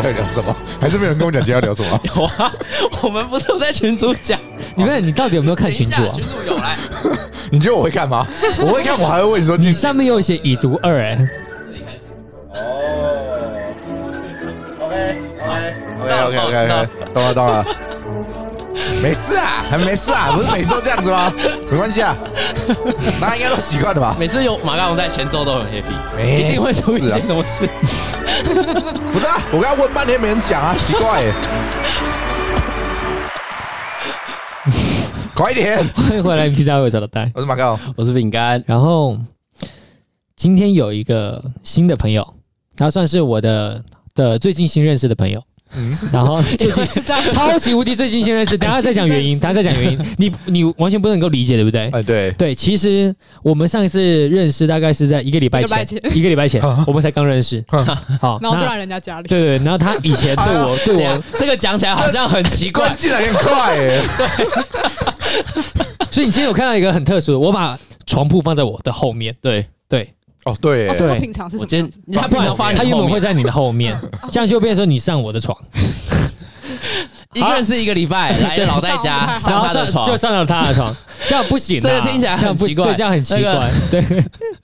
底聊什么？还是没有人跟我讲今天要聊什么？ 有啊，我们不是有在群组讲？ 你到底有没有看群组啊？ 群组有来。 你觉得我会看吗？我会看，我还会问你说你上面有写已读2哎。 OK， 懂了。没事啊，还没事啊，不是每次都这样子吗？没关系啊，大家应该都习惯了吧？ 每次有马卡龙在前奏都很 happy， 一定会出一些什么事。 不是啊，我刚刚问半天没人讲啊，奇怪耶。快一点！ 欢迎回来 MT 大会找老戴， 我是马卡龙， 我是饼干。 然后今天有一个新的朋友，他算是我的最近新认识的朋友。然后最近超级无敌最近新认识，等一下再讲原因，你完全不能够理解，对不对？对，其实我们上一次认识大概是在一个礼拜前，我们才刚认识， 好，然后就来人家家里， 对，然后他以前对我这个讲起来好像很奇怪， 进来很快耶， 对， 所以你今天有看到一个很特殊的，我把床铺放在我的后面，对。 哦，对耶， 所以他平常是什么样子？ 他平常放他原本会在你的后面，这样就变成说你上我的床， 一个人是一个礼拜来老戴家上他的床， 就上了他的床，这样不行， 这个听起来很奇怪， 对，这样很奇怪，对。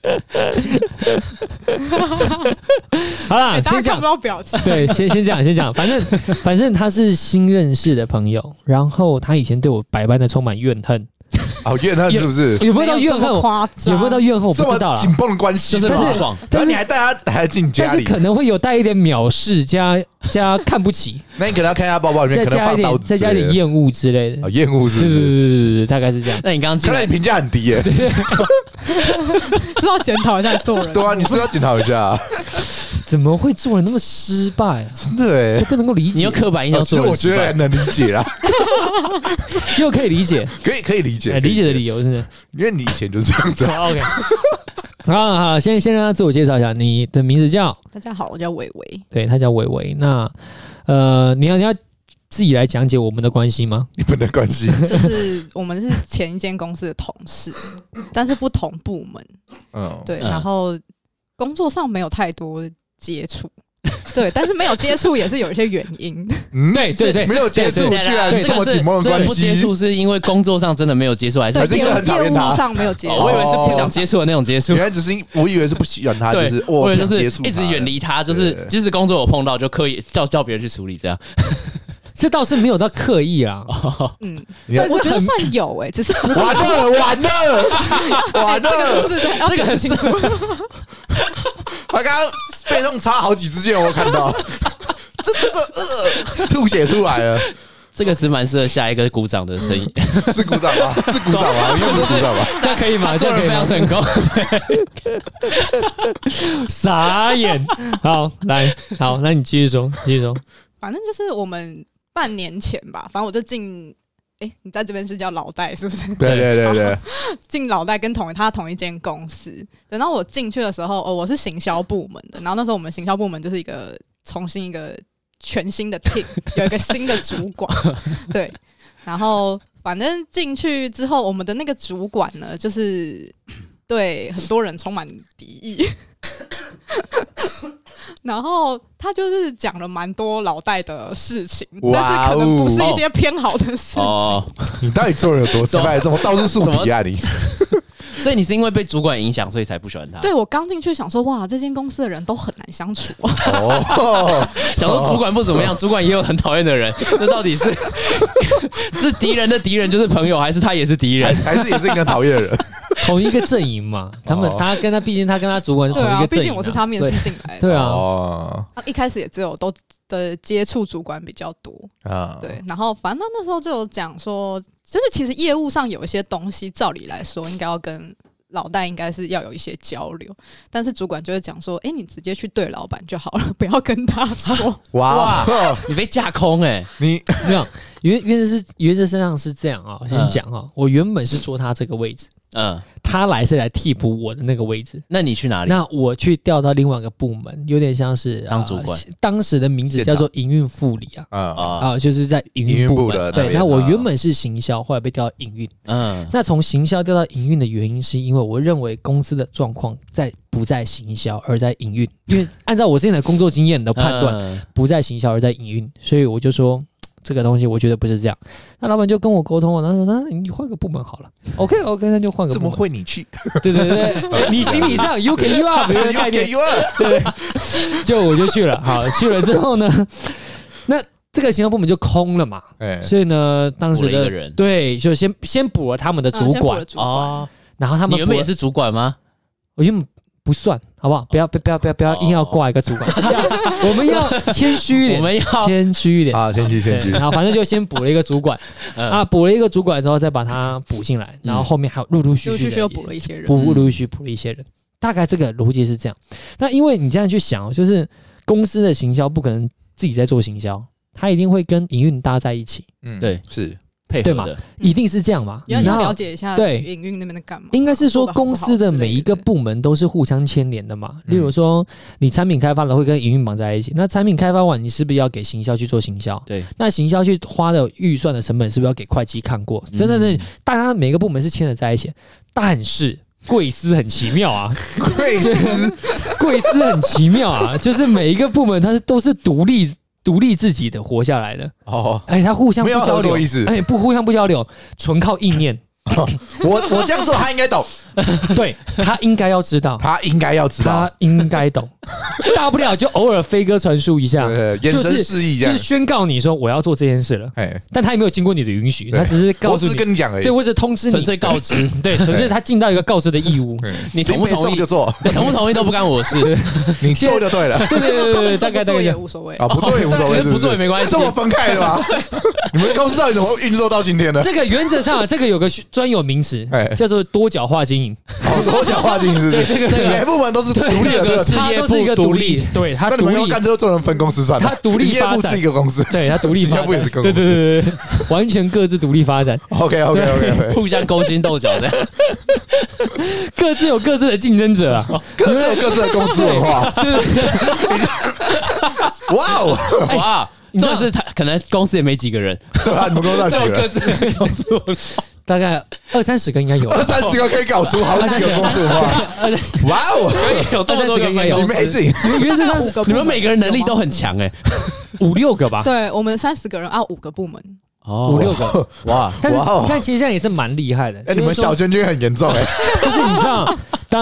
好啦，先讲， 看不到表情， 对，先讲，反正他是新认识的朋友，然后他以前对我百般的充满怨恨。 哦，怨恨是不是？ 有没有到怨恨？有没有到怨恨？我不知道啦。 紧绷的关系， 就是不爽。 但是你还带他进家里， 但是可能会有带一点藐视加看不起。 那你可能要看一下包包里面，可能放刀子， 再加一点厌恶之类的。 厌恶是不是？ 对，大概是这样。 那你刚刚进来， 看来你评价很低耶， 是要检讨一下做人。 对啊，你是要检讨一下。 怎么会做人那么失败啊？ 真的哎， 不能够理解。 你有刻板印象做人失败， 我觉得能理解啦， 又可以理解， 可以理解， 理解的理由是不是？ 因为你以前就是这样子。 OK， 好，先让他自我介绍一下，你的名字叫？ 大家好，我叫伟伟。 对，他叫伟伟。那你要自己来讲解我们的关系吗？ 你们的关系就是我们是前一间公司的同事，但是不同部门。对，然后工作上没有太多接触，对，但是没有接触也是有一些原因。 对， 没有接触，居然这么紧绷的关系。 不接触是因为工作上真的没有接触，还是业务上没有接触？ 我以为是不想接触的那种接触， 原来只是我以为是不喜欢他，就是我以为就是一直远离他，就是即使工作有碰到，就刻意叫别人去处理这样。 这倒是没有到刻意啦， 但是我觉得算有只是不是完了， 这个很清楚。 他刚刚背痛插好几支箭，我看到，吐血出来了。 这个词蛮适合下一个鼓掌的声音， 是鼓掌吗？是鼓掌吗？应该是鼓掌吧？ 这样可以吗？ 这样非常成功。 傻眼。好，那你继续说。 反正就是我们半年前吧，反正我就进，你在这边是叫老戴是不是？ 对， 进老戴跟他同一间公司。等到我进去的时候，我是行销部门的，然后那时候我们行销部门就是重新一个全新的 team， 有一个新的主管，对，然后反正进去之后，我们的那个主管呢，就是对很多人充满敌意。然后他就是讲了蛮多老戴的事情，但是可能不是一些偏好的事情。 你到底做人有多失败？这么到处树敌啊你！ 所以你是因为被主管影响，所以才不喜欢他？ 对，我刚进去想说，哇，这间公司的人都很难相处。 想说主管不怎么样，主管也有很讨厌的人，这到底是敌人的敌人就是朋友，还是他也是敌人， 还是也是一个讨厌的人？ 同一个阵营嘛，毕竟他跟他主管是同一个阵营， 毕竟我是他面试进来的， 对啊， 一开始也只有都的接触主管比较多啊，对，然后反正他那时候就有讲说，就是其实业务上有一些东西，照理来说应该要跟老戴应该是要有一些交流，但是主管就会讲说，你直接去对老板就好了，不要跟他说。 哇，你被架空你没有原则上是这样啊，先讲啊，我原本是坐他这个位置。 他是来替补我的那个位置。 那你去哪里？ 那我去调到另外一个部门，有点像是当主管。 当时的名字叫做营运副理就是在营运部的。对，那我原本是行销，后来被调到营运。那从行销调到营运的原因，是因为我认为公司的状况不在行销，而在营运。因为按照我现在的工作经验的判断，不在行销而在营运，所以我就说。这个东西我觉得不是这样，那老板就跟我沟通了，他说：“那你换个部门好了。”OK， 那就换个部门。 怎么会你去？ 对，你心理上 you can you up 的概念，对，就我就去了。好，去了之后呢，那这个行销部门就空了嘛，所以呢，当时的人对，就先补了他们的主管哦， 然后他们你原本也是主管吗？ 我原本不算，好不好？不要硬要挂一个主管，我们要谦虚一点，谦虚一点啊，谦虚。 然后反正就先补了一个主管补了一个主管之后再把他补进来，然后后面还有陆陆续续又补了一些人， 补了一些人，大概这个逻辑是这样。那因为你这样去想，就是公司的行销不可能自己在做行销，他一定会跟营运搭在一起， 对， 是。 对嘛，一定是这样嘛？ 你要了解一下对营运那边在干嘛。 应该是说公司的每一个部门都是互相牵连的嘛。例如说，你产品开发的会跟营运绑在一起，那产品开发完，你是不是要给行销去做行销？ 对， 那行销去花的预算的成本是不是要给会计看过？真的，大家每个部门是牵着在一起，但是贵司很奇妙啊，贵司很奇妙啊，就是每一个部门它都是独立自己的活下来的他互相不交流，不互相不交流，纯靠意念。 我这样做，他应该懂， 对他应该要知道， 他应该懂， 大不了就偶尔飞鸽传书一下， 眼神示意， 就是宣告你说我要做这件事了，但他也没有经过你的允许，他只是告诉你， 我只是跟你讲而已， 对，我只是通知你， 纯粹告知， 对，纯粹他尽到一个告知的义务， 你同不同意就做， 同不同意都不干我事， 你做就对了， 对，大概做也无所谓啊，不做也无所谓， 不做也没关系， 这么分开的吗？你们公司到底怎么运作到今天的？ 这个原则上，这个有个专有名词，叫做多角化经营。 多角化经营是， 对，这个每个部门都是独立的， 它都是一个独立，对，它独立。 干之后做成分公司算了， 它独立发展是一个公司， 对，它独立发展， 也是个公司， 对，完全各自独立发展。 OK， 互相勾心斗角的， 各自有各自的竞争者啊， 各自有各自的公司文化。 哇！这是可能公司也没几个人， 对吧？你们公司几个人？ 各自的公司文化， 大概20-30个应该有 ，20-30个可以搞出好几个公司文化。哇哦， 有这么多个应该有 ，Amazing！ 你们每个人能力都很强 5-6个吧？ 对，我们30个人5个部门 ，5-6个， 哇！ 但是你看，其实这样也是蛮厉害的。 你们小圈圈很严重就是你知道，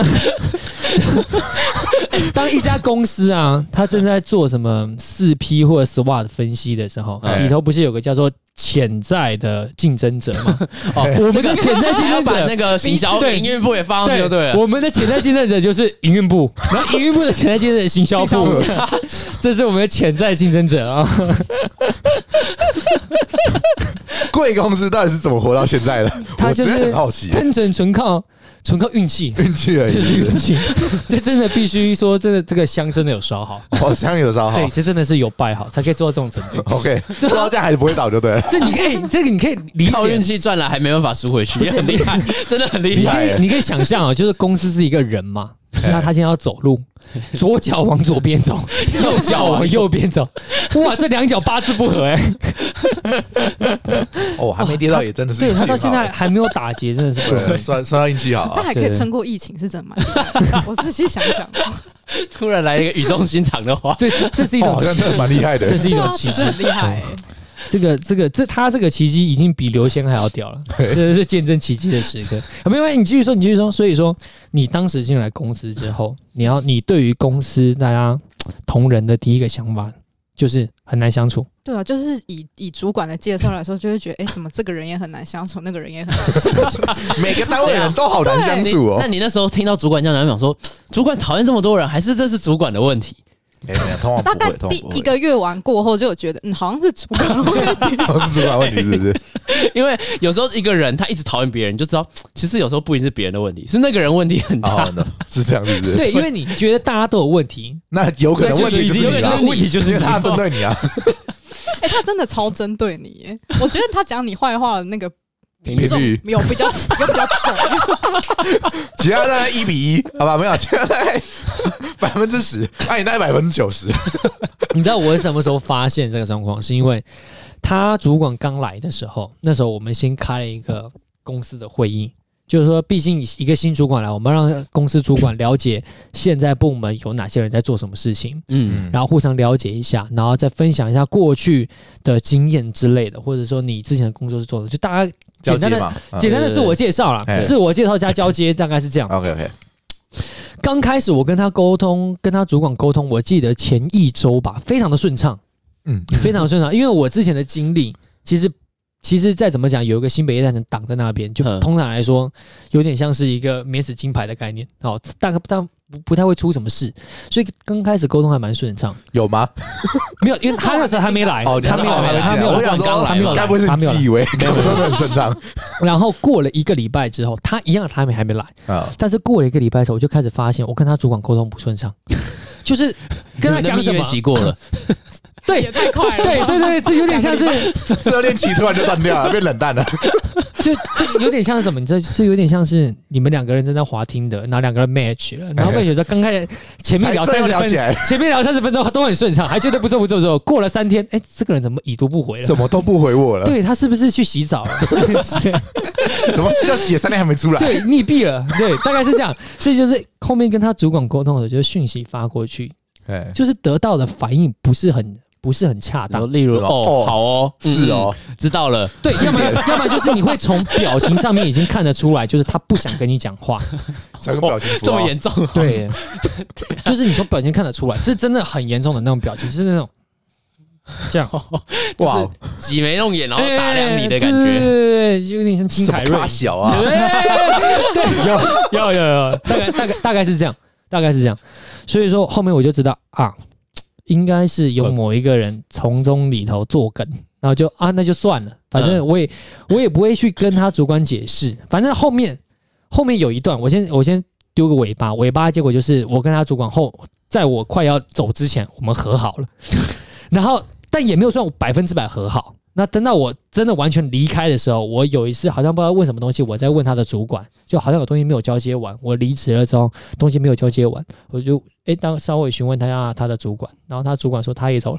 当一家公司啊，它正在做什么4P 或者 SWOT 分析的时候，里头不是有个叫做潜在的竞争者吗？我们的潜在竞争者把那个行销营运部也放上去就对了。 我们的潜在竞争者就是营运部，然后营运部的潜在竞争者行销部，这是我们的潜在竞争者啊。 贵公司到底是怎么活到现在的？ 他就是很好奇， 单纯靠运气， 而已， 就是运气。这真的必须说，真的这个香真的有烧好， 香有烧好， 对，这真的是有拜好，才可以做到这种程度。 OK， 做到这样还是不会倒就对了。 这你可以理解， 靠运气赚来还没办法赎回去，很厉害，真的很厉害。 你可以想象啊，就是公司是一个人嘛，那他现在要走路，左脚往左边走，右脚往右边走，哇，这2脚八字不合还没跌到也真的是， 对，他到现在还没有打结，真的是不合， 算到运气好， 他还可以撑过疫情，是真蛮厉害。我仔细想想， 突然来一个语重心长的话， 这是一种， 真的蛮厉害的， 这是一种奇迹， 很厉害。 他这个奇迹已经比刘谦还要屌了，这是见证奇迹的时刻。没关系，你继续说。所以说，你当时进来公司之后，你对于公司大家同仁的第一个想法就是很难相处。 对啊，就是以主管的介绍来说，就会觉得，怎么这个人也很难相处，那个人也很难相处， 每个单位人都好难相处哦。 那你那时候听到主管这样讲，说主管讨厌这么多人，还是这是主管的问题？ 没有，通常大概第1个月完过后，就有觉得，好像是主管的问题， 是主管问题，是不是？ 因为有时候一个人他一直讨厌别人，就知道其实有时候不一定是别人的问题，是那个人问题很大， 是这样子，是不是？ 对，因为你觉得大家都有问题， 那有可能问题就是你啦， 问题就是他针对你啊。 他真的超针对你耶！我觉得他讲你坏话的那个重频率有比较重， 其他大概1:1，好吧，没有，其他大概10%，那你大概90%。 你知道我是什么时候发现这个状况？是因为他主管刚来的时候，那时候我们先开了一个公司的会议，就是说，毕竟一个新主管来，我们让公司主管了解现在部门有哪些人在做什么事情，然后互相了解一下，然后再分享一下过去的经验之类的，或者说你之前的工作是做的，就大家简单的自我介绍啦，自我介绍加交接，大概是这样。 OK。 刚开始我跟他沟通，跟他主管沟通，我记得前1周吧，非常的顺畅，非常的顺畅，因为我之前的经历，其实再怎么讲，有一个新北夜诞城挡在那边，就通常来说，有点像是一个免死金牌的概念，哦，大概不太会出什么事，所以刚开始沟通还蛮顺畅。 有吗？ 没有，因为他那时候还没来，他没有来， 我想说他没有来， 该不会是你自以为沟通都很顺畅？ 然后过了1个礼拜之后，他一样，他还没来，但是过了1个礼拜之后，我就开始发现，我跟他主管沟通不顺畅，就是跟他讲什么， 过了。 对， 也太快了。 对，这有点像是热恋期突然就断掉了，变冷淡了。 就这有点像是什么？你知道，是有点像是你们2个人正在滑听的，然后2个人 match 了，然后 match 的时候刚开始前面聊30分钟都很顺畅，还觉得不错。过了3天，这个人怎么已读不回了？ 怎么都不回我了？ 对，他是不是去洗澡了？ 怎么要洗3天还没出来？ 对，溺毙了。对，大概是这样。所以就是后面跟他主管沟通的时候，就是讯息发过去，就是得到的反应不是很恰当， 例如好哦， 是哦， 知道了。 对，要么就是你会从表情上面已经看得出来，就是他不想跟你讲话， 整个表情这么严重？ 对，就是你从表情看得出来，是真的很严重的那种表情，是那种这样， 哇，挤眉弄眼，然后打量你的感觉， 对，有点像金凯瑞小啊， 对，有，大概是这样，所以说后面我就知道啊。应该是有某一个人从中里头作梗，然后就那就算了，反正我也不会去跟他主管解释，反正后面有一段，我先丢个尾巴，结果就是我跟他主管在我快要走之前，我们和好了，然后但也没有算100%和好。那等到我真的完全离开的时候，我有一次好像不知道问什么东西，我在问他的主管，就好像有东西没有交接完。我离职了之后，东西没有交接完，我就稍微询问他的主管，然后他主管说他也走了，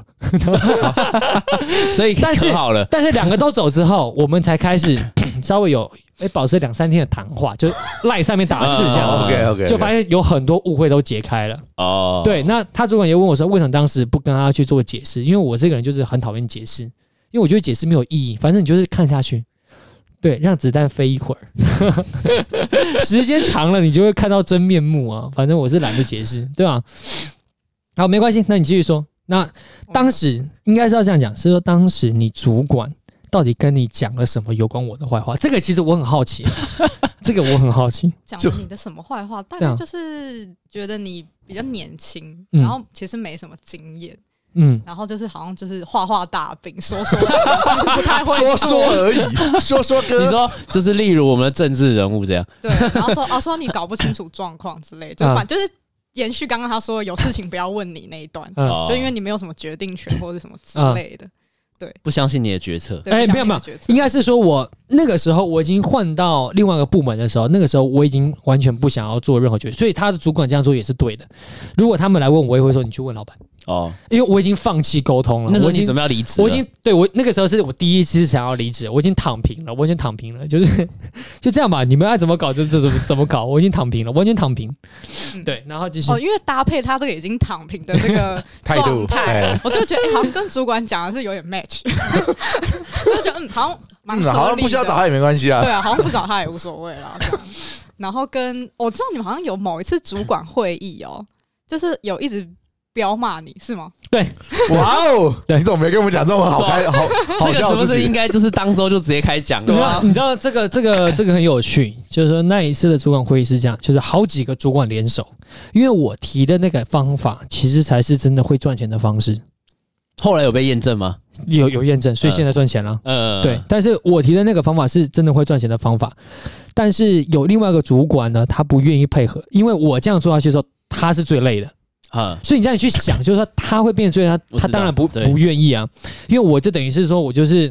所以和好了。 但是2个都走之后，我们才开始稍微有保持2-3天的谈话，就赖上面打字这样。 OK， 就发现有很多误会都解开了。哦，对，那他主管也问我说，为什么当时不跟他去做解释？因为我这个人就是很讨厌解释。因为我觉得解释没有意义，反正你就是看下去，对，让子弹飞一会儿，时间长了你就会看到真面目啊。反正我是懒得解释，对吧？好，没关系，那你继续说。那当时应该是要这样讲，是说当时你主管到底跟你讲了什么有关我的坏话？这个其实我很好奇，讲了你的什么坏话？大概就是觉得你比较年轻，然后其实没什么经验。然后就是好像就是画大饼，说不太会说而已，说哥， 你说就是例如我们的政治人物这样， 对，然后说你搞不清楚状况之类，就是延续刚刚他说有事情不要问你那一段，就因为你没有什么决定权或者什么之类的。对， 不相信你的决策。 没有，应该是说我那个时候我已经换到另外一个部门的时候，那个时候我已经完全不想要做任何决定，所以他的主管这样做也是对的。如果他们来问我，也会说你去问老板。因为我已经放弃沟通了。 那时候你准备要离职， 我那个时候是我第一次想要离职，我已经躺平了，就是就这样吧，你们爱怎么搞就怎么搞，我已经躺平了，完全躺平。对，然后继续。 因为搭配他这个已经躺平的这个状态，我就觉得好像跟主管讲的是有点 match， 就觉得好像蛮合理的， 好像不需要找他也没关系啊。 对啊，好像不找他也无所谓啦。这样，然后我知道你们好像有某一次主管会议就是有一直彪骂你是吗？ 对， 哇哦，你怎么没跟我们讲这种好笑的事情？ 这个是不是应该就是当周就直接开讲？ 对啊，你知道这个很有趣，就是说那一次的主管会议是这样，就是好几个主管联手，因为我提的那个方法其实才是真的会赚钱的方式。 后来有被验证吗？ 有验证，所以现在赚钱了。对，但是我提的那个方法是真的会赚钱的方法，但是有另外一个主管呢，他不愿意配合，因为我这样做下去的时候，他是最累的。所以你这样去想，就是说他会变，所以他当然不愿意啊，因为我就等于是说我就是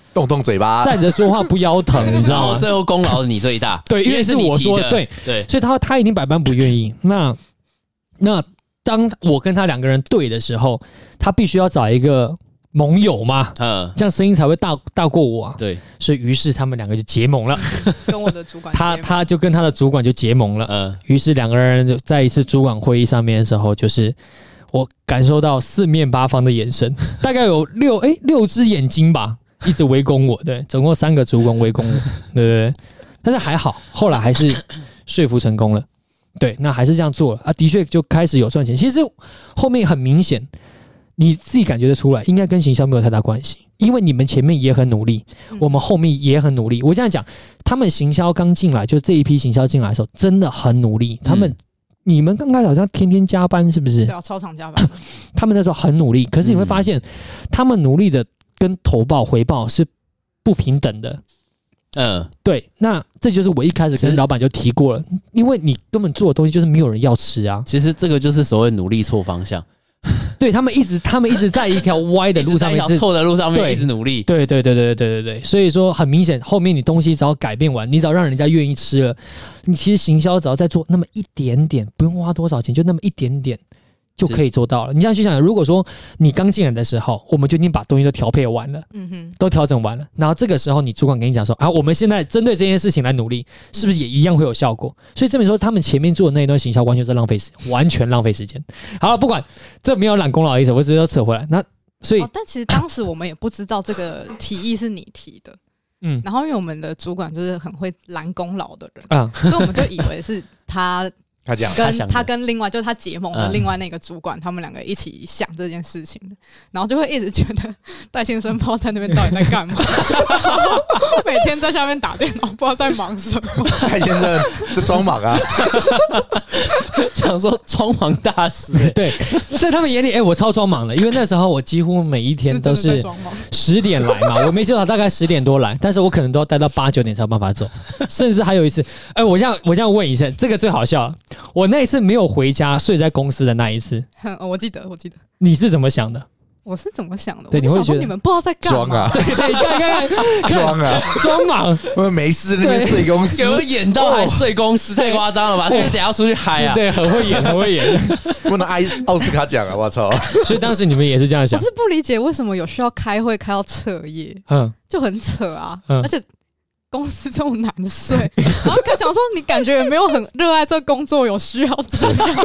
动嘴巴， 站着说话不腰疼，你知道吗？ 最后功劳你最大， 对，因为是我说的， 对， 所以他一定百般不愿意。那当我跟他2个人对的时候，他必须要找一个盟友嘛，这样声音才会大过我啊。 对， 所以于是他们2个就结盟了， 跟我的主管结盟他就跟他的主管就结盟了。于是2个人就在一次主管会议上面的时候，就是我感受到四面八方的眼神，大概有6只眼睛吧，一直围攻我。对，总共3个主管围攻我，对。但是还好，后来还是说服成功了。对，那还是这样做了啊，的确就开始有赚钱。其实后面很明显，你自己感觉得出来，应该跟行销没有太大关系，因为你们前面也很努力，我们后面也很努力。我这样讲，他们行销刚进来，就这一批行销进来的时候，真的很努力。你们刚开始好像天天加班，是不是？ 对啊，超常加班。 他们那时候很努力，可是你会发现，他们努力的跟投报回报是不平等的。对，那这就是我一开始跟老板就提过了，因为你根本做的东西就是没有人要吃啊。 其实这个就是所谓努力错方向。 对，他们一直在一条歪的路上面， 一条错的路上面一直努力。 对，所以说很明显，后面你东西只要改变完，你只要让人家愿意吃了，你其实行销只要再做那么一点点，不用花多少钱，就那么一点点。就可以做到了。你这样去想，如果说你刚进来的时候，我们就已经把东西都调配完了，都调整完了，然后这个时候你主管跟你讲说啊，我们现在针对这件事情来努力，是不是也一样会有效果？所以证明说他们前面做的那一段行销完全是浪费时间，完全浪费时间。好了，不管这没有揽功劳的意思，我只是要扯回来。那所以， 但其实当时我们也不知道这个提议是你提的，然后因为我们的主管就是很会揽功劳的人，所以我们就以为是他跟另外就是他结盟的另外那个主管，他们2个一起想这件事情的，然后就会一直觉得戴先生不知道在那边到底在干嘛，每天在下面打电脑，不知道在忙什么。 戴先生这装忙啊， 想说装忙大师。 对，在他们眼里，我超装忙的，因为那时候我几乎每一天都是10点来嘛，我没记错大概10点多来，但是我可能都要待到8、9点才有办法走，甚至还有一次，我这样问一下，这个最好笑了。我那一次没有回家，睡在公司的那一次， 我记得。 你是怎么想的？ 我是怎么想的？ 对， 我就想说你们不知道在干嘛。 装啊！ 对，看装啊！ 装忙， 我没事那边睡公司， 给我演到还睡公司，太夸张了吧？是不是等下要出去嗨啊？ 对，很会演， 不能奥斯卡奖啊！我操！ 所以当时你们也是这样想。 我是不理解为什么有需要开会开到彻夜，就很扯啊，而且。公司这么难睡，然后可想说你感觉也没有很热爱这个工作，有需要这样。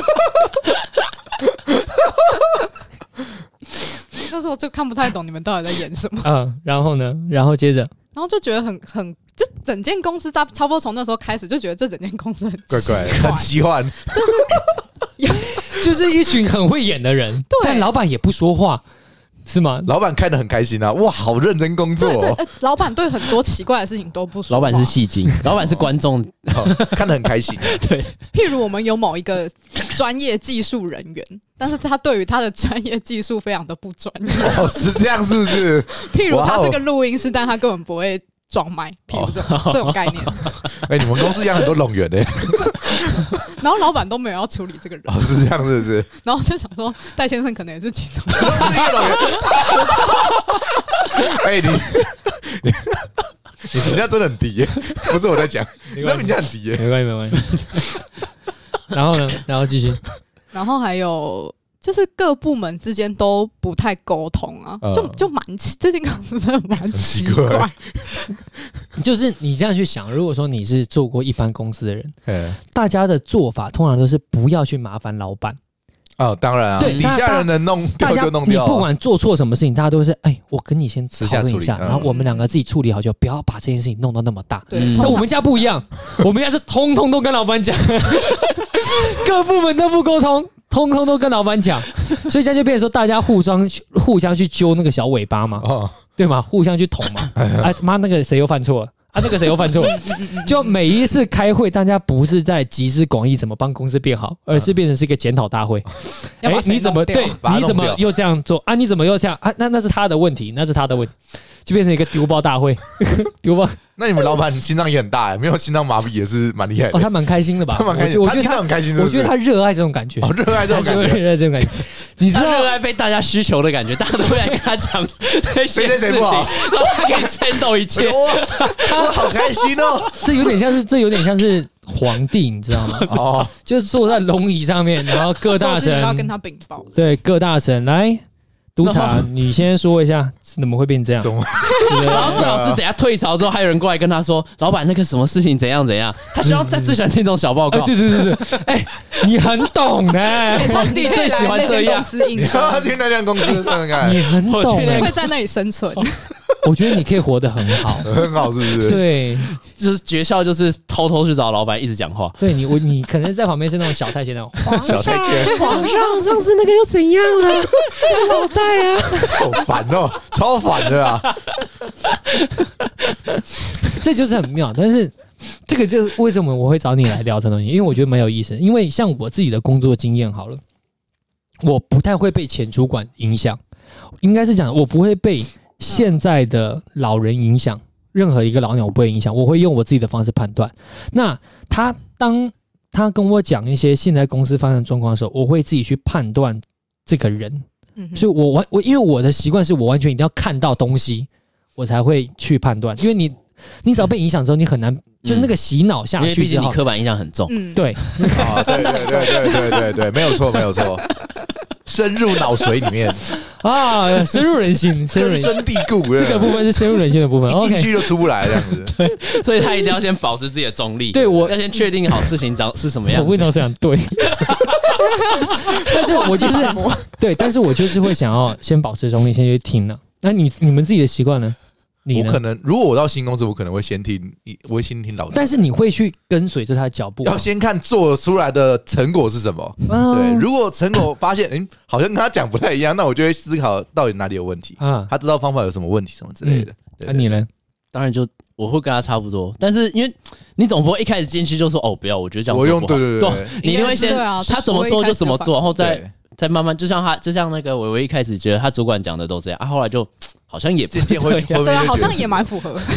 那时候就看不太懂你们到底在演什么。 然后呢？然后接着， 然后就觉得很就整间公司差不多从那时候开始就觉得这整间公司很怪，很奇幻， 就是一群很会演的人，但老板也不说话。是吗？ 老板看得很开心啊！哇，好认真工作。 对，老板对很多奇怪的事情都不说。 老板是戏精，老板是观众， 看得很开心。 对， 譬如我们有某一个专业技术人员，但是他对于他的专业技术非常的不专业。 是这样，是不是？ 譬如他是个录音师，但他根本不会装麦，譬如这种概念。 你们公司养很多冗员的。 然后老板都没有要处理这个人， 是这样，是不是？ 然后就想说，戴先生可能也是其中。 你评价真的很低耶，不是我在讲，你这评价很低耶， 没关系。然后呢？然后继续。 然后还有就是各部门之间都不太沟通啊，就蛮这间公司真的蛮奇怪。 就是你这样去想，如果说你是做过一般公司的人，大家的做法通常都是不要去麻烦老板。 当然啊，底下人能弄掉就弄掉。 你不管做错什么事情，大家都是我跟你先讨论一下，然后我们2个自己处理好，就不要把这件事情弄到那么大。但我们家不一样，我们家是通通都跟老板讲，各部门都不沟通。通通都跟老板讲，所以这样就变成说，大家互相去揪那个小尾巴嘛，对吗？互相去捅嘛。妈，那个谁又犯错了啊？那个谁又犯错了？就每一次开会，大家不是在集思广益怎么帮公司变好，而是变成是一个检讨大会。你怎么对？你怎么又这样做啊？你怎么又这样啊？那是他的问题，那是他的问题。 就变成一个丢包大会，丢包。 那你们老板心脏也很大，没有心脏麻痹也是蛮厉害的。 哦，他蛮开心的吧？ 他蛮开心， 我觉得他很开心。 我觉得他热爱这种感觉， 哦，热爱这种感觉， 热爱这种感觉。你知道热爱被大家需求的感觉，大家都会来跟他讲那些事情，然后他可以handle一切。 我好开心哦！ 这有点像是皇帝，你知道吗？哦，就是坐在龙椅上面，然后各大臣要跟他禀报。 对，各大臣来。督察，你先说一下怎么会变这样？ 然后最好是等下退潮之后，还有人过来跟他说：“老板，那个什么事情怎样怎样。”他希望最喜欢听这种小报告。 对，哎，你很懂呢， 皇帝最喜欢这样。 你要去那间公司看看， 你很懂， 你会在那里生存。 我觉得你可以活得很好， 很好，是不是？ 对， 就是诀窍，就是偷偷去找老板，一直讲话。 对你可能在旁边是那种小太监那种小太监。 皇上，上次那个又怎样了？老戴啊， 好烦哦，超烦的啊！ 这就是很妙，但是这个就是为什么我会找你来聊这东西，因为我觉得蛮有意思。因为像我自己的工作经验好了，我不太会被前主管影响，应该是讲我不会被现在的老人影响，任何一个老鸟我不会影响，我会用我自己的方式判断。那当他跟我讲一些现在公司发生的状况的时候，我会自己去判断这个人。所以我因为我的习惯是我完全一定要看到东西，我才会去判断。因为你只要被影响之后，你很难就是那个洗脑下去，因为毕竟你刻板印象很重。 对， 对，没有错。深入脑髓里面啊，深入人心， 根深蒂固。 这个部分是深入人心的部分， 一进去就出不来这样子。 对，所以他一定要先保持自己的中立。 对，我要先确定好事情是什么样子。 我问到这样对，但是我就是对，但是我就是会想要先保持中立，先去听呢。那你们自己的习惯呢？ 我可能如果我到新公司，我可能会先听老鸟， 但是你会去跟随着他的脚步， 要先看做出来的成果是什么。对，如果成果发现好像跟他讲不太一样，那我就会思考到底哪里有问题。他知道方法有什么问题什么之类的。 那你呢？ 当然就我会跟他差不多，但是因为你总不会一开始进去就说不要，我觉得这样做不好。对，你一定会先他怎么说就怎么做，然后再慢慢，就像那个伟伟一开始觉得他主管讲的都这样，后来就好像也渐渐会对啊，好像也蛮符合，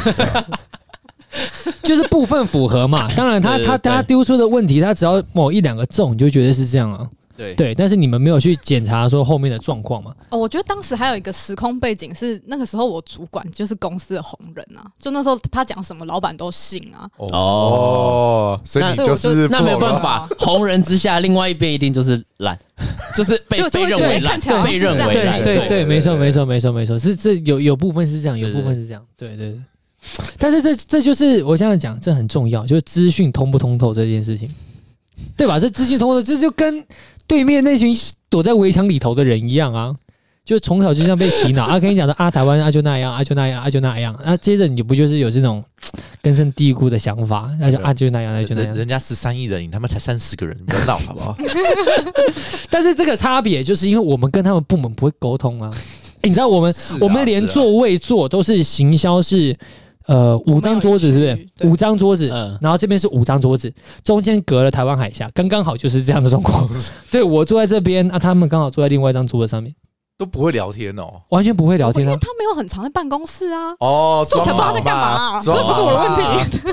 就是部分符合嘛。当然他丢出的问题，他只要某一两个中，你就觉得是这样啊。对，但是你们没有去检查说后面的状况嘛？ 我觉得当时还有一个时空背景是，那个时候我主管就是公司的红人啊，就那时候他讲什么，老板都信啊。 所以你就是那没有办法，红人之下，另外一边一定就是烂，就是被认为烂，被认为烂。 对，没错，是这有部分是这样，有部分是这样，对。但是这就是我现在讲，这很重要，就是资讯通不通透这件事情，对吧？这资讯通透，这就跟对面那群躲在围墙里头的人一样啊，就从小就这样被洗脑跟你讲的台湾就那样就那样，接着你不就是有这种根深蒂固的想法，就那样人家13亿人，你他妈才30个人，你不要闹好不好？ 但是这个差别就是因为我们跟他们部门不会沟通啊，你知道我们连座位坐都是行销是。5张桌子是不是？5张桌子，然后这边是5张桌子，中间隔了台湾海峡，刚刚好就是这样的状况。对，我坐在这边他们刚好坐在另外一张桌子上面， 都不会聊天哦， 完全不会聊天因为他没有很常在办公室啊。 装忙在干嘛？这不是我的问题。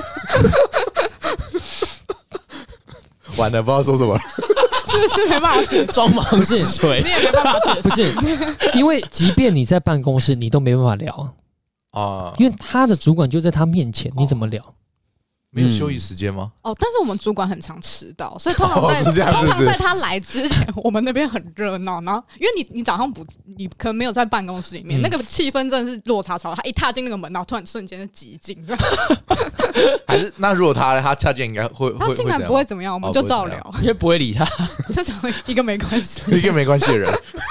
完了，不知道说什么。 是没办法装忙是谁？ 你也没办法解释。 不是，因为即便你在办公室，你都没办法聊。因为他的主管就在他面前，你怎么聊？ 没有休息时间吗？ 但是我们主管很常迟到，所以通常在他来之前，我们那边很热闹。然后，因为你早上你可能没有在办公室里面，那个气氛真的是落差超大。他一踏进那个门，然后突然瞬间就寂静。 还是那如果他踏进应该会， 他进来不会怎么样，我们就照聊， 因为不会理他， 就讲一个没关系， 一个没关系的人。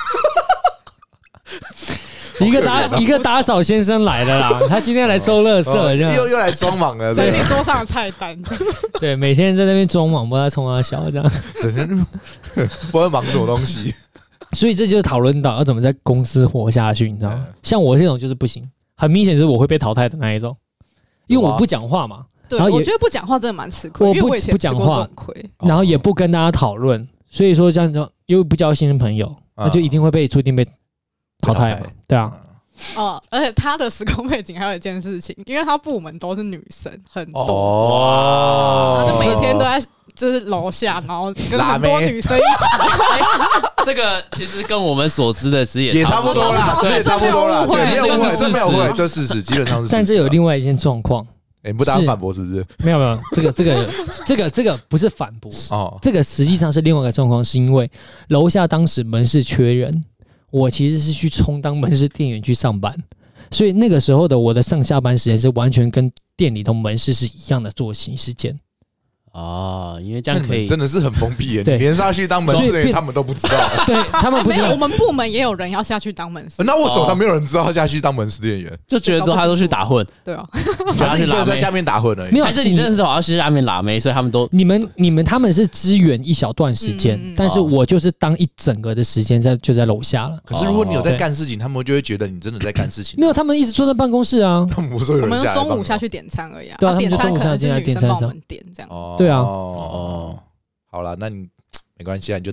一个打扫先生来了啦，他今天来收垃圾， 又来装忙了， 整理桌上的菜单。 对，每天在那边装忙，不知道冲他笑这样， 整天不知道忙什么东西。 所以这就是讨论到要怎么在公司活下去，你知道吗？像我这种就是不行，很明显是我会被淘汰的那一种，因为我不讲话嘛。 对，我觉得不讲话真的蛮吃亏，因为我以前吃过这种亏， 然后也不跟大家讨论，所以说这样又不交新人朋友，那就一定会被注定被淘汰嘛，对啊。 而且他的时空背景还有一件事情，因为他部门都是女生很多，他就每天都在就是楼下，然后跟很多女生一起。 这个其实跟我们所知的词也差不多啦，也差不多啦，没有误会，这没有误会，这事实基本上是。 但这有另外一件状况。 你不打算反驳是不是？ 没有，这个不是反驳哦，这个实际上是另外一个状况，是因为楼下当时门市缺人，我其实是去充当门市店员去上班，所以那个时候的我的上下班时间是完全跟店里的门市是一样的作息时间。 因为这样可以真的是很封闭耶，你连下去当门市人他们都不知道。 对，他们不知道。 我们部门也有人要下去当门市， 那为什么他没有人知道他下去当门市店员？ 就觉得他都去打混。 对啊， 还是你在下面打混而已。 还是你真的是好像去下面拉妹，所以他们都他们是支援一小段时间，但是我就是当一整个的时间就在楼下了。 可是如果你有在干事情，他们就会觉得你真的在干事情。 没有，他们一直坐在办公室啊。 我们中午下去点餐而已啊。 对啊， 点餐可能是女生帮我们点这样。 对啊。 好了，那你没关系啊，你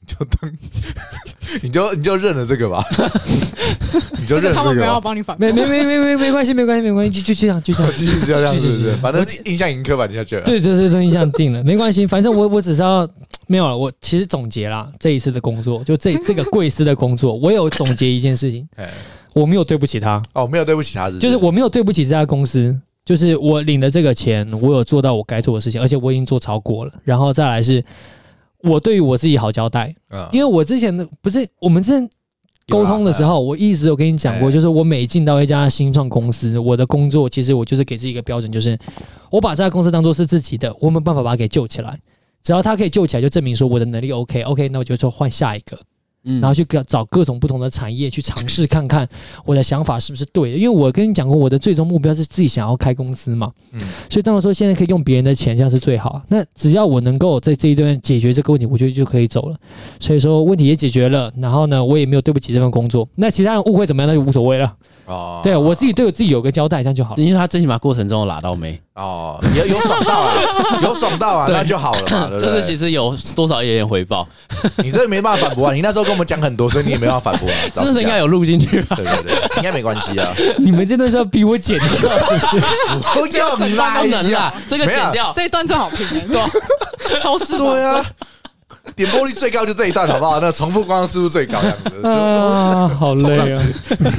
就认了这个吧，你就认了这个吧。 他们没有帮你反驳， 没关系，就这样，继续这样，是不是？反正印象已经刻板下去了。 对，都印象定了，没关系，反正我只是要没有了。我其实总结啦，这一次的工作，就这个贵司的工作，我有总结一件事情，我没有对不起他。 没有对不起他， 就是我没有对不起这家公司。就是我领的这个钱，我有做到我该做的事情，而且我已经做超过了。然后再来是，我对于我自己好交代，因为我之前的不是我们之前沟通的时候，我一直有跟你讲过，就是我每进到一家新创公司，我的工作其实我就是给自己一个标准，就是我把这家公司当作是自己的，我没有办法把它给救起来，只要它可以救起来，就证明说我的能力 OK， 那我就说换下一个。然后去找各种不同的产业去尝试看看我的想法是不是对的，因为我跟你讲过我的最终目标是自己想要开公司嘛，所以当然说现在可以用别人的钱这样是最好，那只要我能够在这一段解决这个问题，我觉得就可以走了，所以说问题也解决了，然后呢我也没有对不起这份工作，那其他人误会怎么样那就无所谓了。对我自己对我自己有个交代，这样就好了。 因为他最起码过程中有拉到妹有爽到啊，有爽到啊，那就好了嘛，对不对？ 就是其实有多少有点回报。 你这没办法反驳啊，你那时候跟我们讲很多，所以你也没办法反驳啊。 这是应该有录进去吧？ 对，应该没关系啊。 你们这段是要逼我剪掉，是不是？ 不要拉啦，这个剪掉， 这一段最好评，超市对啊。点播率最高就这一段，好不好？那重复观看次数最高，这样子好累啊！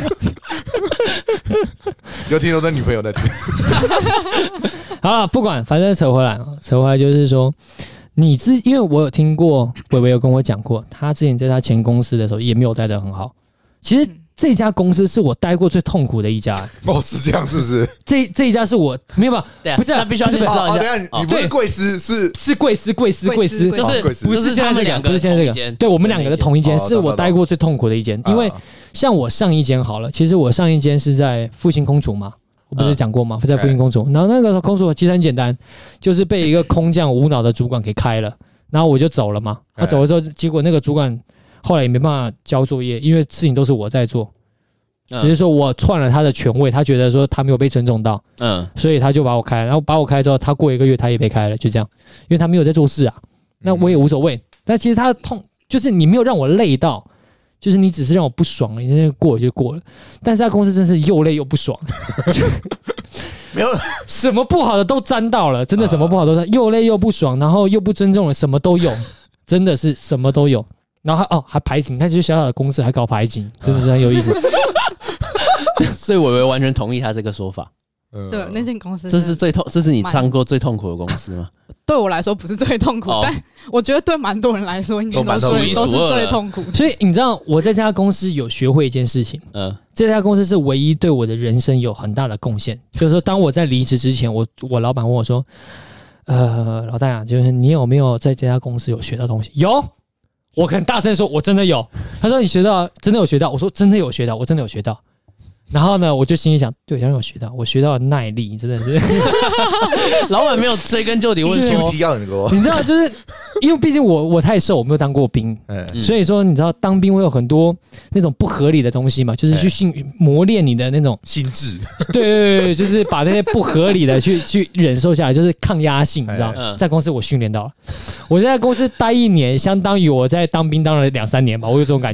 有听到的女朋友在听。 好了，不管，反正扯回来就是说，因为我有听过，伟伟有跟我讲过，他之前在他前公司的时候也没有待得很好。其实这家公司是我待过最痛苦的一家。 是这样，是不是？ 这一家是我没有吧？不是， 必须要先知道一下。你不是贵司，是贵司， 就是不是现在这个，不是现在这个。对，我们两个的同一间，是我待过最痛苦的一间。因为像我上一间好了，其实我上一间是在复兴空厨嘛，我不是讲过吗？在复兴空厨，然后那个空厨其实很简单，就是被一个空降无脑的主管给开了，然后我就走了嘛。他走了之后，结果那个主管后来也没办法交作业，因为事情都是我在做，只是说我篡了他的权位，他觉得说他没有被尊重到，所以他就把我开了，然后把我开之后，他过1个月他也被开了，就这样，因为他没有在做事啊，那我也无所谓。但其实他痛，就是你没有让我累到，就是你只是让我不爽了，你过了就过了。但是他公司真是又累又不爽， 没有什么不好的都沾到了，真的什么不好都沾，又累又不爽，然后又不尊重了，什么都有，真的是什么都有。然后还排挤，你看，就是小小的公司还搞排挤，真的是很有意思。 所以伟伟完全同意他这个说法。 对，那间公司这是你上过最痛苦的公司吗？ 对我来说不是最痛苦，但我觉得对蛮多人来说应该都是最痛苦。 所以你知道我在这家公司有学会一件事情，这家公司是唯一对我的人生有很大的贡献。就是说，当我在离职之前，我老板问我说：“老大啊，就是你有没有在这家公司有学到东西？”有。我很大声说，我真的有。他说你学到，真的有学到。我说真的有学到，我真的有学到。然后呢，我就心里想，对，当然有学到，我学到了耐力，真的是。 老板没有追根究底问说， 你知道，就是因为毕竟我太瘦，我没有当过兵，所以说你知道当兵会有很多那种不合理的东西嘛，就是去磨练你的那种心智。 对，就是把那些不合理的去忍受下来，就是抗压性，你知道，在公司我训练到了。我在公司待1年，相当于我在当兵当了2-3年吧，我有这种感觉。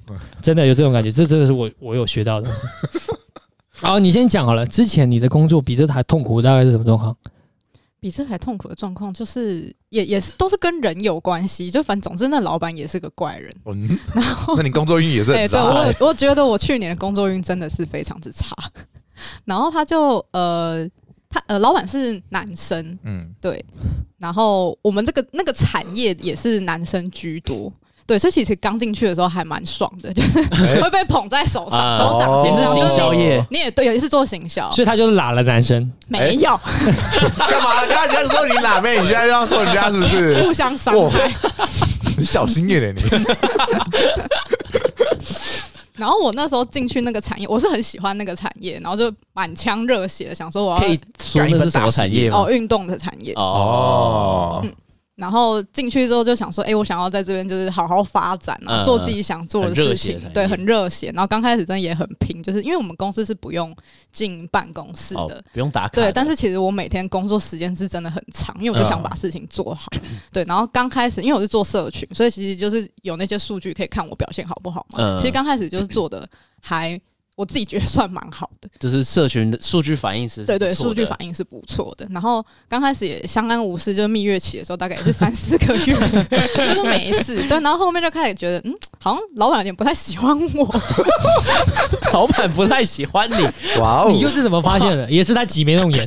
真的有这种感觉，这真的是我有学到的。好，你先讲好了。之前你的工作比这还痛苦，大概是什么状况？ 比这还痛苦的状况，就是也是都是跟人有关系。就反正总之，那老板也是个怪人。 然后，那你工作运也是很差。 对，我觉得我去年的工作运真的是非常之差。然后他就老板是男生，对。然后我们那个产业也是男生居多。对，所以其实刚进去的时候还蛮爽的，就是会被捧在手上，手掌也是行销业， 你也对，也是做行销， 所以他就是拉了男生， 没有干嘛？刚才人家说你拉妹，你现在又要说人家是不是互相伤害？ 你小心一点你。 然后我那时候进去那个产业，我是很喜欢那个产业，然后就满腔热血的想说我要可以说那是什么产业吗？ 运动的产业然后进去之后就想说，我想要在这边就是好好发展啊，做自己想做的事情，对，很热血。然后刚开始真的也很拼，就是因为我们公司是不用进办公室的， 不用打卡。 对，但是其实我每天工作时间是真的很长，因为我就想把事情做好。对，然后刚开始因为我是做社群，所以其实就是有那些数据可以看我表现好不好嘛。其实刚开始就是做的我自己觉得算蛮好的， 就是社群的数据反应是对，数据反应是不错的。然后刚开始也相安无事，就是蜜月期的时候，大概也是3-4个月，就是没事。对，然后后面就开始觉得，好像老板有点不太喜欢我。 老板不太喜欢你， 哇哦！你又是怎么发现的？也是他挤眉弄眼。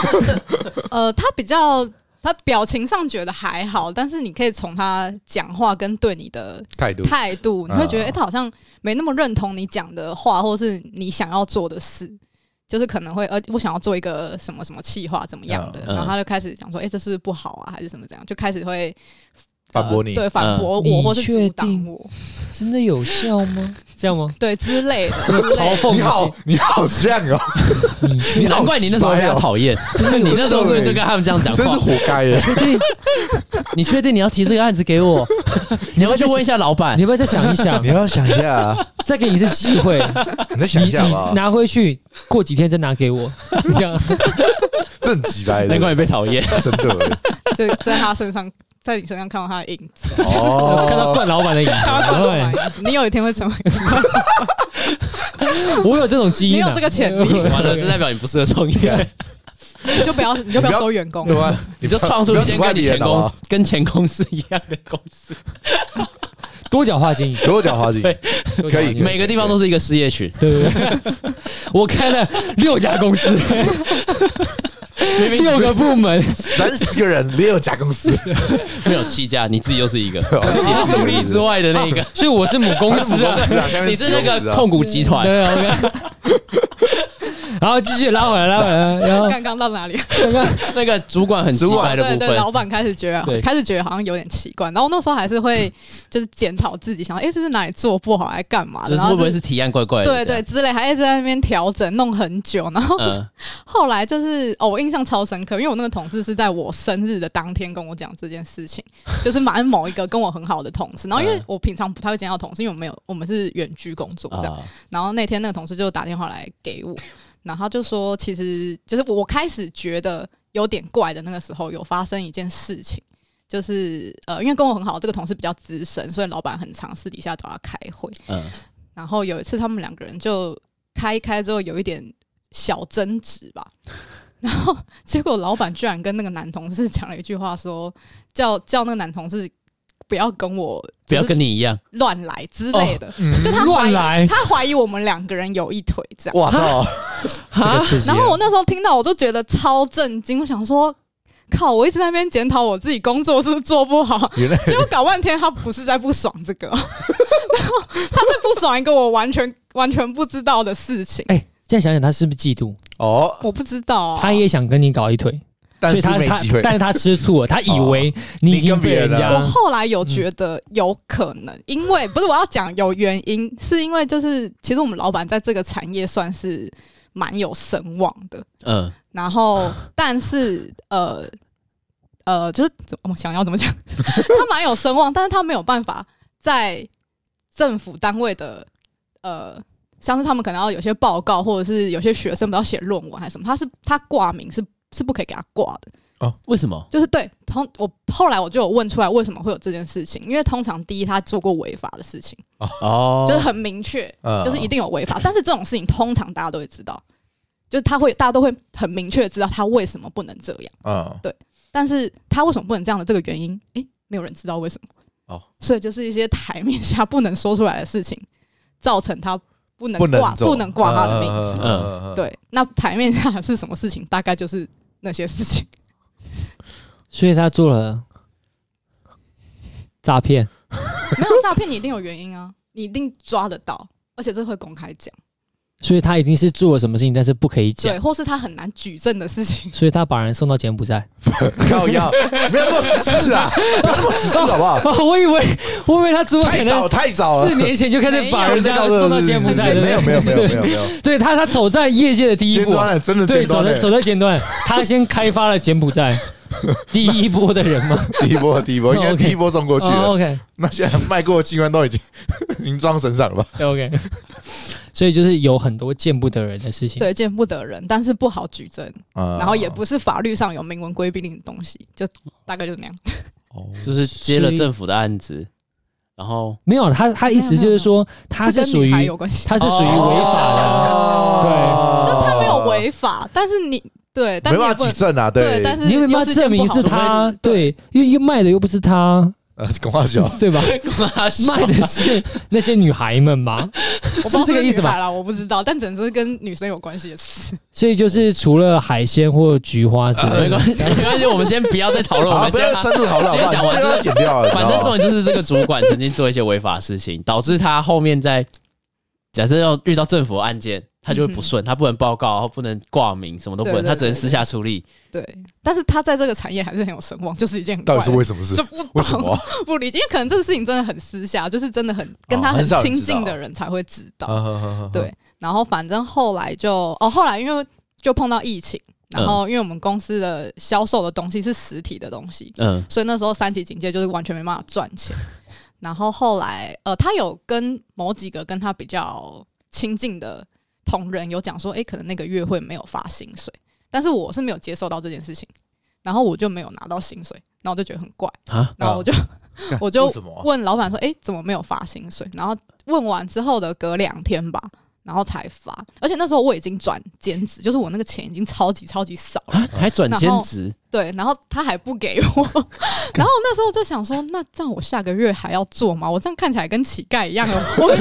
他表情上觉得还好，但是你可以从他讲话跟对你的态度，你会觉得他好像没那么认同你讲的话，或是你想要做的事，就是可能会我想要做一个什么什么企划怎么样的，然后他就开始讲说，这是不是不好啊，还是什么这样，就开始会反驳你， 对，反驳我，或是阻挡我， 真的有效吗？这样吗？ 对，之类的， 嘲讽你好像哦， 难怪你那时候被他讨厌，就是你那时候是不是就跟他们这样讲话？ 真是活该耶！ 你确定你要提这个案子给我？你要不要去问一下老板？ 你要不要再想一想？ 你要想一下， 再给你一次机会， 你再想一下吧。 你拿回去，过几天再拿给我，这样。 正几来的， 难怪你被讨厌， 真的。 就在他身上。在你身上看到他的影子， 看到冠老板的影子， 你有一天会成为冠老板。我有这种基因， 你有这个潜力， 完了，这代表你不适合创业。 你就不要收员工， 对吧？ 你就创出一间跟前公司一样的公司。 多角化经营， 可以， 每个地方都是一个事业群。 对，我开了6家公司。6个部门 ，30个人，6家公司， 没有7家，你自己又是一个，独立之外的那个， 所以我是母公司啊， 你是那个控股集团。 对啊，然后继续拉回来，然后刚刚到哪里？ 刚刚那个主管很奇怪的部分， 对，老板开始觉得好像有点奇怪，然后那时候还是会就是检讨自己，想是不是哪里做不好，还干嘛的？ 就是会不会是提案怪怪的？ 对之类，还一直在那边调整，弄很久，然后后来就是我印象超深刻，因为我那个同事是在我生日的当天跟我讲这件事情，就是某一个跟我很好的同事，然后因为我平常不太会见到同事，因为我们是远距工作这样，然后那天那个同事就打电话来给我。然后他就说，其实就是我开始觉得有点怪的那个时候，有发生一件事情，就是因为跟我很好，这个同事比较资深，所以老板很常私底下找他开会。然后有一次他们2个人就开一开之后有一点小争执吧，然后结果老板居然跟那个男同事讲了一句话说，叫那个男同事不要跟我， 不要跟你一样乱来之类的，就他怀疑我们2个人有一腿这样。 哇操！ 然后我那时候听到，我就觉得超震惊。我想说，靠！我一直在那边检讨我自己工作是不是做不好，结果搞半天他不是在不爽这个，然后他在不爽一个我完全不知道的事情。 现在想想他是不是嫉妒？ 我不知道啊。 他也想跟你搞一腿。 但是没机会， 但是他吃醋了，他以为你已经被人家。 我后来有觉得有可能，因为不是我要讲有原因，是因为就是其实我们老板在这个产业算是蛮有声望的，然后但是就是我想要怎么讲，他蛮有声望，但是他没有办法在政府单位的像是他们可能要有些报告，或者是有些学生不要写论文还是什么，他挂名是不可以给他挂的哦？为什么？ 就是对，我后来我就有问出来为什么会有这件事情，因为通常第一他做过违法的事情就是很明确，就是一定有违法。但是这种事情通常大家都会知道，就是大家都会很明确的知道他为什么不能这样。对。但是他为什么不能这样的这个原因，没有人知道为什么。所以就是一些台面下不能说出来的事情，造成他不能挂他的名字。对。那台面下是什么事情？大概就是那些事情。 所以他做了诈骗。 没有诈骗，你一定有原因啊，你一定抓得到，而且这会公开讲。 所以他一定是做了什么事情，但是不可以讲， 对，或是他很难举证的事情。 所以他把人送到柬埔寨， 靠腰，没有那么死啊，没有那么死好不好？ 我以为他做太早了，4 年前就开始把人家送到柬埔寨， 没有。 对他走在业界的第一步， 真的尖端， 走在前端，他先开发了柬埔寨。第一波的人吗？ 第一波，应该第一波送过去了。 OK， 那现在卖过的器官都已经装身上了吧 ？OK， 所以就是有很多见不得人的事情。 对，见不得人，但是不好举证，然后也不是法律上有明文规定的东西，就大概就那样。 就是接了政府的案子，然后没有他意思就是说他是属于违法的， 对，就他没有违法，但是你。对，但没办法举证啊，对， 但是你有没有办法证明是他？对，因为卖的又不是他， 公话小， 对吧？卖的是那些女孩们吗？是这个意思吧？ 我不知道，但整是跟女生有关系的事。 所以就是除了海鲜或菊花之类的， 没关系，我们先不要再讨论，我们不要深入讨论， 先讲完就剪掉了。 反正重点就是这个主管曾经做一些违法事情，导致他后面在假设要遇到政府案件。他就会不顺，他不能报告，然后不能挂名，什么都不能，他只能私下处理。 对，但是他在这个产业还是很有声望，就是一件很怪的到底是为什么事？ 就为什么不理解？因为可能这个事情真的很私下，就是真的很跟他很亲近的人才会知道。对，然后反正后来后来因为就碰到疫情，然后因为我们公司的销售的东西是实体的东西，所以那时候3级警戒就是完全没办法赚钱。然后后来他有跟某几个跟他比较亲近的同仁有讲说，可能那个月会没有发薪水，但是我是没有接受到这件事情，然后我就没有拿到薪水，然后我就觉得很怪，然后我就问老板说，怎么没有发薪水？然后问完之后的隔2天吧，然后才发，而且那时候我已经转兼职，就是我那个钱已经超级少了， 还转兼职？ 对，然后他还不给我，然后那时候就想说，那这样我下个月还要做吗？我这样看起来跟乞丐一样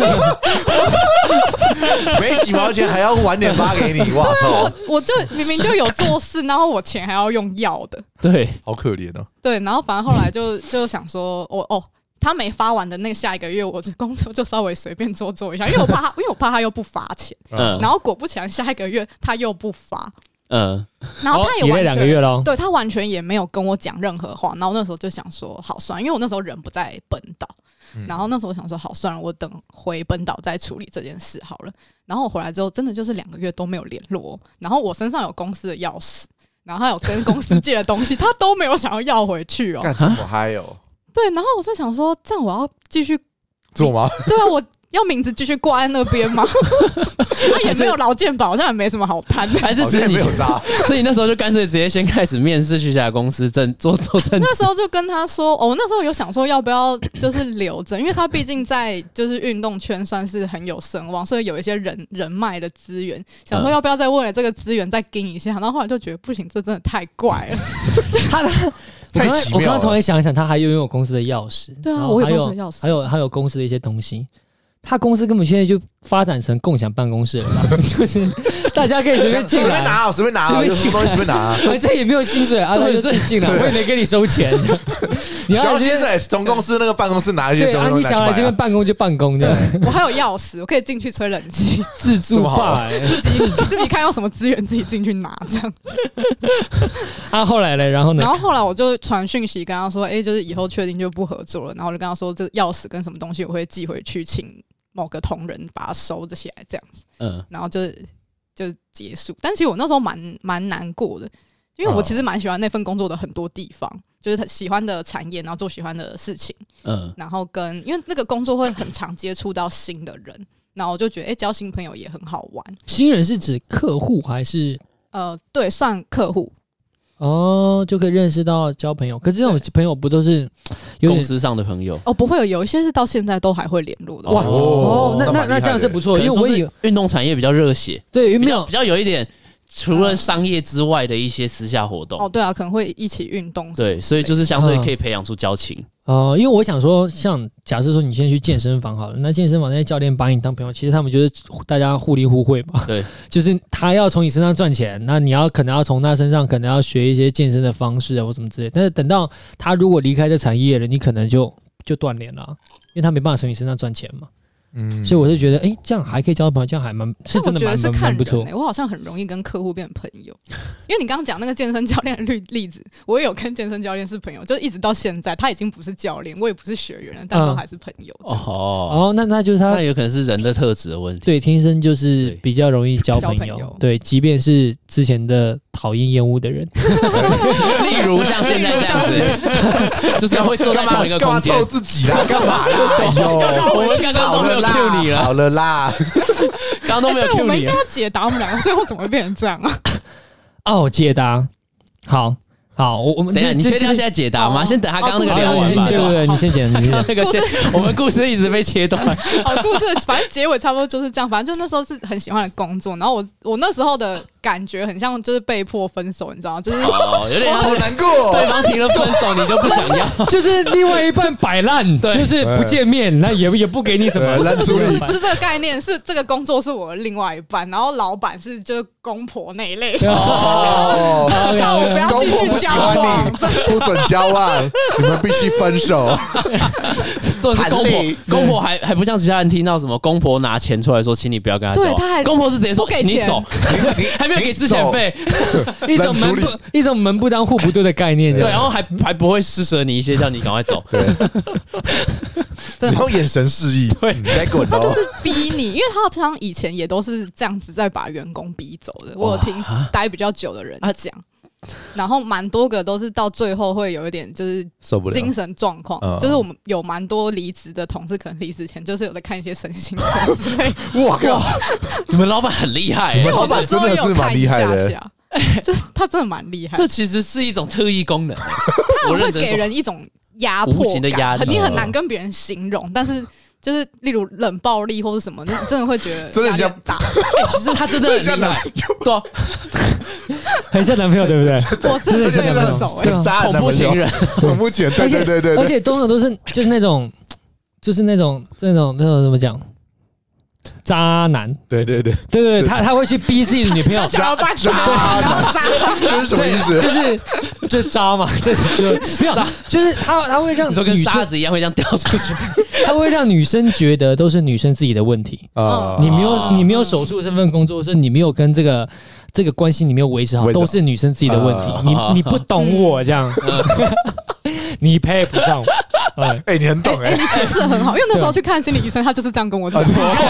没几毛钱还要晚点发给你，哇操！ 我就明明就有做事，然后我钱还要用要的， 对， 好可怜哦。 对，然后反正后来就想说，他没发完的那个下一个月，我这工作就稍微随便做一下，因为我怕他又不发钱，然后果不其然下一个月他又不发。然后他也完全 2个月咯， 对，他完全也没有跟我讲任何话。然后那时候就想说，好算了，因为我那时候人不在本岛，然后那时候想说，好算了，我等回本岛再处理这件事好了。然后我回来之后，真的就是2个月都没有联络。然后我身上有公司的钥匙，然后他有跟公司借的东西，他都没有想要回去哦。 干这么嗨哦！ 对，然后我在想说，这样我要继续做吗？ 对啊，我要名字继续挂在那边吗？他也没有劳健保，好像也没什么好谈的。 还是没有渣， 所以你那时候就干脆直接先开始面试去下公司做正职。 那时候就跟他说，我那时候有想说要不要就是留着，因为他毕竟在就是运动圈算是很有声望，所以有一些人脉的资源，想说要不要再为了这个资源再跟一下。然后后来就觉得不行，这真的太怪了。 我刚刚突然想一想，他还拥有公司的钥匙， 对啊，我有公司的钥匙， 还有公司的一些东西。他公司根本现在就发展成共享办公室了吧？就是大家可以随便进来， 随便拿，有什么东西随便拿。 反正也没有薪水啊，他就自己进来，我也没给你收钱。 你要薪水从公司那个办公室拿一些什么东西你想来这边办公就办公的。 我还有钥匙，我可以进去吹冷气， 自助吧， 自己看到什么资源自己进去拿这样。 后来嘞，然后呢？ 然后后来我就传讯息跟他说，就是以后确定就不合作了。然后我就跟他说，这钥匙跟什么东西我会寄回去，请某个同仁把它收着起来，这样子，然后就结束。但其实我那时候蛮难过的，因为我其实蛮喜欢那份工作的很多地方，就是他喜欢的产业，然后做喜欢的事情，然后因为那个工作会很常接触到新的人，然后我就觉得交新朋友也很好玩。 新人是指客户还是？ 对，算客户。 就可以认识到交朋友。可是这种朋友不都是公司上的朋友？ 不会有一些是到现在都还会联络的。 哇那这样是不错，因为我以为运动产业比较热血， 对， 比较有一点。除了商业之外的一些私下活动对啊，可能会一起运动， 对，所以就是相对可以培养出交情因为我想说，像假设说你现在去健身房好了，那健身房那些教练把你当朋友，其实他们就是大家互利互惠嘛， 对， 就是他要从你身上赚钱，那你可能要从他身上可能要学一些健身的方式或什么之类的，但是等到他如果离开这产业了，你可能就断联了，因为他没办法从你身上赚钱嘛。所以我是觉得，这样还可以交朋友，这样还是真的蛮不错。 我好像很容易跟客户变朋友，因为你刚刚讲那个健身教练的例子，我也有跟健身教练是朋友，就一直到现在，他已经不是教练，我也不是学员了，但都还是朋友。 那就是他有可能是人的特质的问题， 对，天生就是比较容易交朋友，对，即便是之前的讨厌厌恶的人， 例如像现在这样子，就是会坐在同一个空间， 干嘛凑自己啦？干嘛啦？ 我们刚刚都没有 cue 你了， 好了啦， 刚刚都没有 cue 你了。 我们应该要解答我们两个最后怎么会变成这样啊？解答好，我们等一下，你确定要现在解答吗？先等他刚刚那个聊完吧。 对，你先讲， 那个我们故事一直被切断。 故事反正结尾差不多就是这样。反正就那时候是很喜欢的工作，然后我那时候的感觉很像就是被迫分手，你知道吗？就是有点好难过， 对方提了分手，你就不想要， 就是另外一半摆烂，就是不见面，那也不给你什么， 不是这个概念，是这个工作是我的另外一半，然后老板是就是公婆那一类，叫我不要继续交往， 不准交往，你们必须分手。 这是公婆还不像其他人听到什么公婆拿钱出来说，请你不要跟他交往，公婆是直接说请你走，还没有给资遣费， 一种门不当户不对的概念， 对，然后还不会施舍你一些，叫你赶快走， 只用眼神示意， 对， 你该滚。 他就是逼你，因为他常常以前也都是这样子在把员工逼走的。我有听待比较久的人讲，然后蛮多个都是到最后会有一点就是受不了精神状况，就是我们有蛮多离职的同事，可能离职前就是有在看一些身心科之类。 我靠， 你们老板很厉害， 你们老板真的是蛮厉害的， 就是他真的蛮厉害。 这其实是一种特异功能， 他会给人一种压迫感， 无形的压力， 你很难跟别人形容，但是。就是例如冷暴力或者什么，你真的会觉得压力很大。 其实他真的很厉害，对， 很像男朋友，对不对？ 我真的像分手， 恐怖情人， 恐怖情人，对， 而且通常都是就是那种怎么讲？渣男， 对， 他会去逼自己的女朋友， 渣男，这是什么意思？ 就是渣嘛，这就是他会让你说跟沙子一样会这样掉出去， 他会让女生觉得都是女生自己的问题你没有守住这份工作，是你没有跟这个关系你没有维持好，都是女生自己的问题。你不懂我这样，你配不上我。 你很懂你解释得很好，因为那时候去看心理医生，他就是这样跟我讲。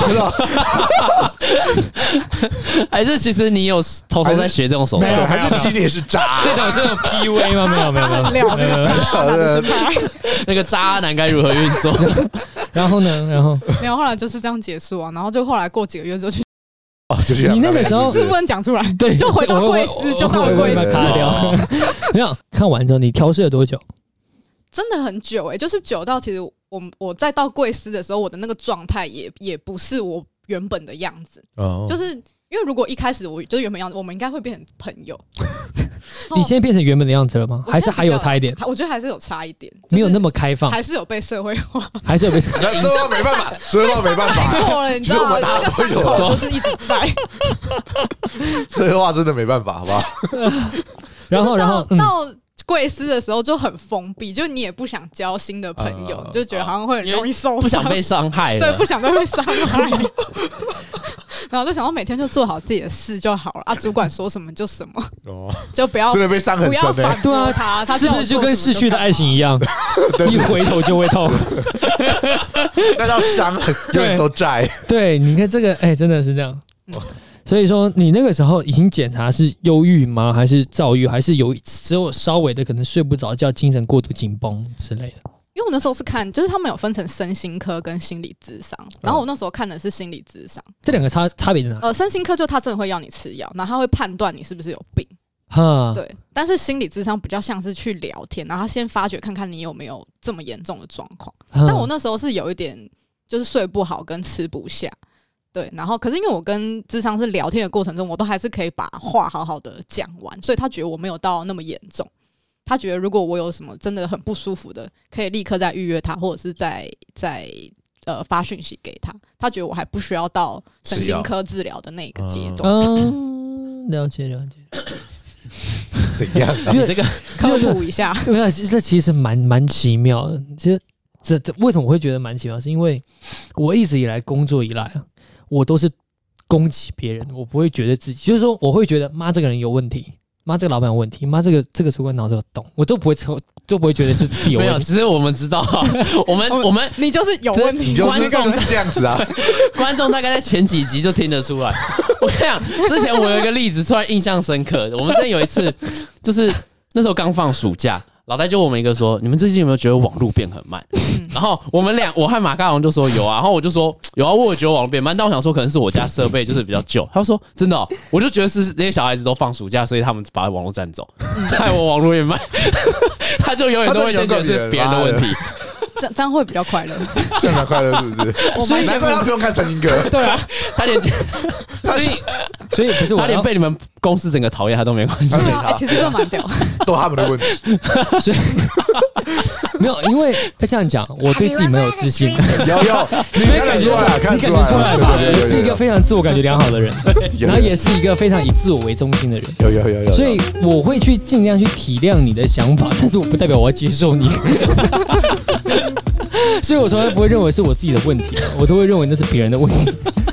还是其实你有偷偷在学这种手段？ 没有，还是其实也是渣。 这种 PUA 吗？没有。 那个渣男该如何运作？ 然后呢？ 没有，后来就是这样结束啊。然后就后来过几个月之后去。 你那个时候是不能讲出来， 对， 就回到贵司，就到贵司卡掉。没有看完之后，你调试了多久？ 真的很久就是久到其实我再到贵司的时候，我的那个状态也不是我原本的样子，就是因为如果一开始我就是原本样子，我们应该会变成朋友。 你现在变成原本的样子了吗？还是还有差一点？ 我觉得还是有差一点， 没有那么开放， 还是有被社会化， 还是有被社会化没办法，社会化没办法， 过了，你知道吗？那个伤口就是一直在。 社会化真的没办法，好不好？ 然后到贵司的时候就很封闭，就你也不想交新的朋友，就觉得好像会很容易受伤， 不想被伤害， 对，不想再被伤害。然后就想到每天就做好自己的事就好了主管说什么就什么，就不要真的被伤很深， 不要反驳他是不是就跟逝去的爱情一样，一回头就会痛？ 那道伤永远都在。 对，你看这个，真的是这样。所以说，你那个时候已经检查是忧郁吗？还是躁郁？还是只有稍微的可能睡不着觉、精神过度紧绷之类的？ 因为我那时候是看，就是他们有分成身心科跟心理咨商，然后我那时候看的是心理咨商。 这两个差别在哪？ 身心科就他真的会要你吃药，然后他会判断你是不是有病。 对，但是心理咨商比较像是去聊天，然后先发掘看看你有没有这么严重的状况。但我那时候是有一点就是睡不好跟吃不下，对，然后可是因为我跟咨商是聊天的过程中，我都还是可以把话好好的讲完，所以他觉得我没有到那么严重。他觉得如果我有什么真的很不舒服的，可以立刻再预约他，或者是在发讯息给他。他觉得我还不需要到神经科治疗的那个阶段。 了解。 怎样？ 因为这个科普一下， 这其实蛮奇妙的。其实这为什么我会觉得蛮奇妙？是因为我一直以来工作以来啊，我都是攻击别人，我不会觉得自己，就是说我会觉得妈这个人有问题。妈，这个老板有问题。妈，这个主管脑子有洞，我都不会觉得是自己有问题。 没有，只是我们知道，我们你就是有问题， 观众就是这样子啊。 观众大概在前几集就听得出来。我跟你讲，之前我有一个例子突然印象深刻，我们之前有一次，就是那时候刚放暑假。老戴就我们一个说，你们最近有没有觉得网络变很慢？然后我和马嘎王就说有啊，然后我就说有啊，我也觉得网络变慢，但我想说可能是我家设备就是比较旧。他说真的我就觉得是那些小孩子都放暑假，所以他们把网络占走，害我网络变慢。他就永远都会觉得是别人的问题。 这样会比较快乐， 这样才快乐是不是？所以难怪他不用看神经科。 对啊，他连所以不是我， 他连被你们公司整个讨厌他都没关系。 其实这蛮屌， 都他们的问题。 所以没有，因为他这样讲，我对自己没有自信。 有，你没感觉出来？看出来吧？我是一个非常自我感觉良好的人，然后也是一个非常以自我为中心的人。 有。 所以我会去尽量去体谅你的想法，但是我不代表我要接受你。所以我从来不会认为是我自己的问题，我都会认为那是别人的问题。